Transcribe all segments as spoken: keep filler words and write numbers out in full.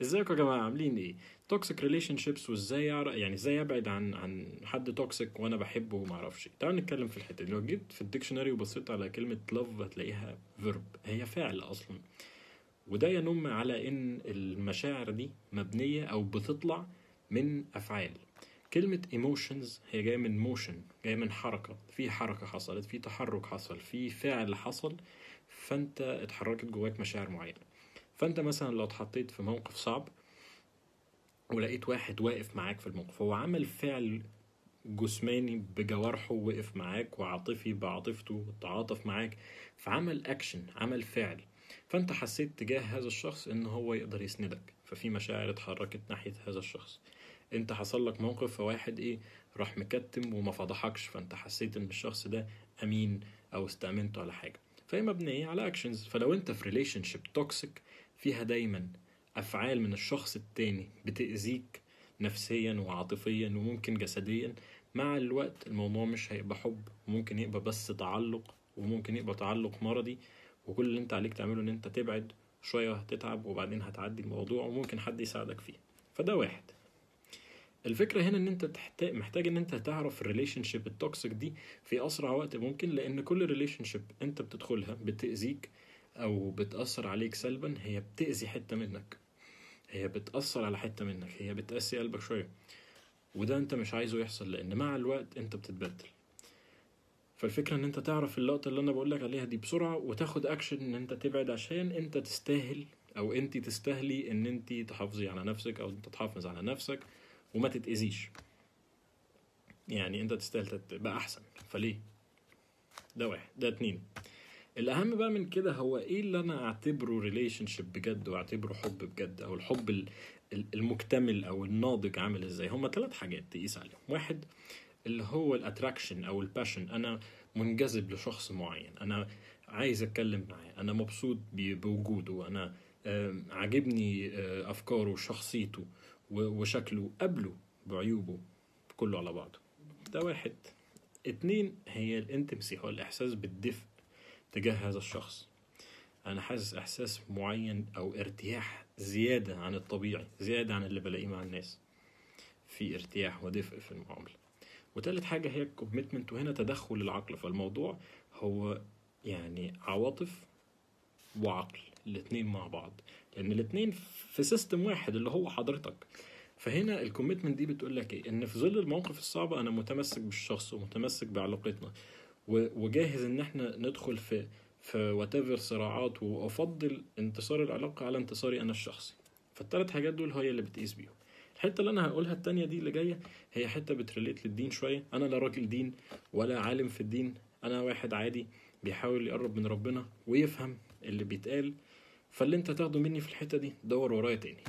ازيكم يا جماعه عاملين ايه؟ توكسيك ريليشن شيبس، وازاي يعرف يعني ازاي ابعد عن عن حد توكسيك وانا بحبه وما اعرفش. تعالوا نتكلم في الحته دي. لو جيت في الديكشنري وبصيت على كلمه لاف هتلاقيها فيرب، هي فعل اصلا، وده ينم على ان المشاعر دي مبنيه او بتطلع من افعال. كلمة emotions هي جاية من موشن، جاية من حركة، في حركة حصلت، في تحرك حصل، في فعل حصل، فانت اتحركت جواك مشاعر معينة. فانت مثلا لو اتحطيت في موقف صعب ولقيت واحد واقف معاك في الموقف، هو عمل فعل جسماني بجوارحه، وقف معاك، وعاطفي بعاطفته تعاطف معاك، فعمل اكشن، عمل فعل، فانت حسيت تجاه هذا الشخص ان هو يقدر يسندك، ففي مشاعر اتحركت ناحية هذا الشخص. انت حصل لك موقف فواحد ايه راح مكتم وما فضحكش، فانت حسيت ان الشخص ده امين او استأمنته على حاجة، فهي مبنية على اكشنز. فلو انت في ريليشن شيب توكسيك فيها دايما افعال من الشخص التاني بتأذيك نفسيا وعاطفيا وممكن جسديا، مع الوقت الموضوع مش هيبقى حب، ممكن يبقى بس تعلق، وممكن يبقى تعلق مرضي، وكل اللي انت عليك تعمله ان انت تبعد شوية، هتتعب وبعدين هتعدي الموضوع وممكن حد يساعدك فيه. فده واحد. الفكرة هنا ان انت تحتاج محتاج ان انت تعرف الريليشن شيب التوكسيك دي في اسرع وقت ممكن، لان كل ريليشن شيب انت بتدخلها بتأذيك او بتأثر عليك سلبا، هي بتأذي حتة منك، هي بتأثر على حتة منك، هي بتقسي قلبك شوية، وده انت مش عايزه يحصل، لان مع الوقت انت بتتبدل. فالفكرة ان انت تعرف اللقطة اللي انا بقولك عليها دي بسرعة وتاخد اكشن ان انت تبعد، عشان انت تستاهل او انت تستاهلي ان انت تحافظي على نفسك او انت تحافظ على نفسك وما تتأذيش. يعني انت تستاهل تبقى احسن، فليه؟ ده واحد. ده اتنين، الاهم بقى من كده هو ايه اللي انا اعتبره ريليشن شيب بجد واعتبره حب بجد، او الحب ال- ال- المكتمل او الناضج عامل ازاي. هما ثلاث حاجات تقيس عليهم. واحد اللي هو الاتراكشن او الباشن، انا منجذب لشخص معين، انا عايز اتكلم معاه، انا مبسوط ب- بوجوده، انا آم، عاجبني آه، افكاره وشخصيته و- وشكله، قبله بعيوبه كله على بعضه. ده واحد. اتنين هي الانتمسي، هو الاحساس بالدفء تجاه هذا الشخص، انا حاسس احساس معين او ارتياح زيادة عن الطبيعي، زيادة عن اللي بلاقيه مع الناس، في ارتياح ودفء في المعاملة. وتالت حاجة هي الكوميتمنت، وهنا تدخل العقل، فالموضوع هو يعني عواطف وعقل الاتنين مع بعض، لان الاتنين في سيستم واحد اللي هو حضرتك. فهنا الكوميتمنت دي بتقول لك ايه؟ ان في ظل المواقف الصعبة انا متمسك بالشخص ومتمسك بعلاقتنا، وجاهز ان احنا ندخل في في واتيفر صراعات، وافضل انتصار العلاقة على انتصاري انا الشخصي. فالثلاث حاجات دول هي اللي بتقيس بيهم. الحتة اللي انا هقولها التانية دي اللي جاية هي حتة بتريليت للدين شوية. انا لا راجل دين ولا عالم في الدين، انا واحد عادي بيحاول يقرب من ربنا ويفهم اللي بيتقال. فاللي انت تاخده مني في الحتة دي دور ورايا تاني.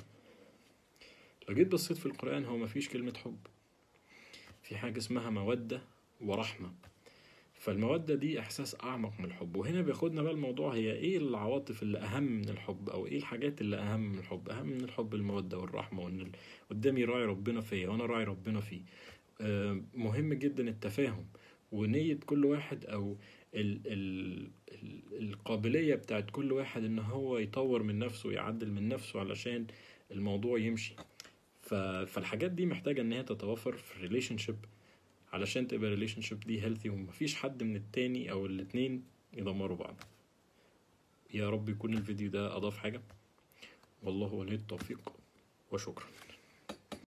لو جيت بصيت في القرآن هو مفيش كلمة حب، في حاجة اسمها مودة ورحمة. فالمودة دي إحساس أعمق من الحب، وهنا بياخدنا بقى الموضوع هي إيه العواطف اللي أهم من الحب، أو إيه الحاجات اللي أهم من الحب. أهم من الحب المودة والرحمة، وإن ال- قدامي راعي ربنا فيا وأنا راعي ربنا فيه. آه، مهم جدا التفاهم ونية كل واحد، أو ال ال ال القابلية بتاعت كل واحد إن هو يطور من نفسه ويعدل من نفسه علشان الموضوع يمشي. ف- فالحاجات دي محتاجة إن هي تتوفر في الريليشن شيب علشان تبقى ريليشن شيب دي هيلثي، ومفيش حد من التاني او الاتنين يدمروا بعض. يا رب يكون الفيديو ده اضاف حاجة، والله ولي التوفيق، وشكرا.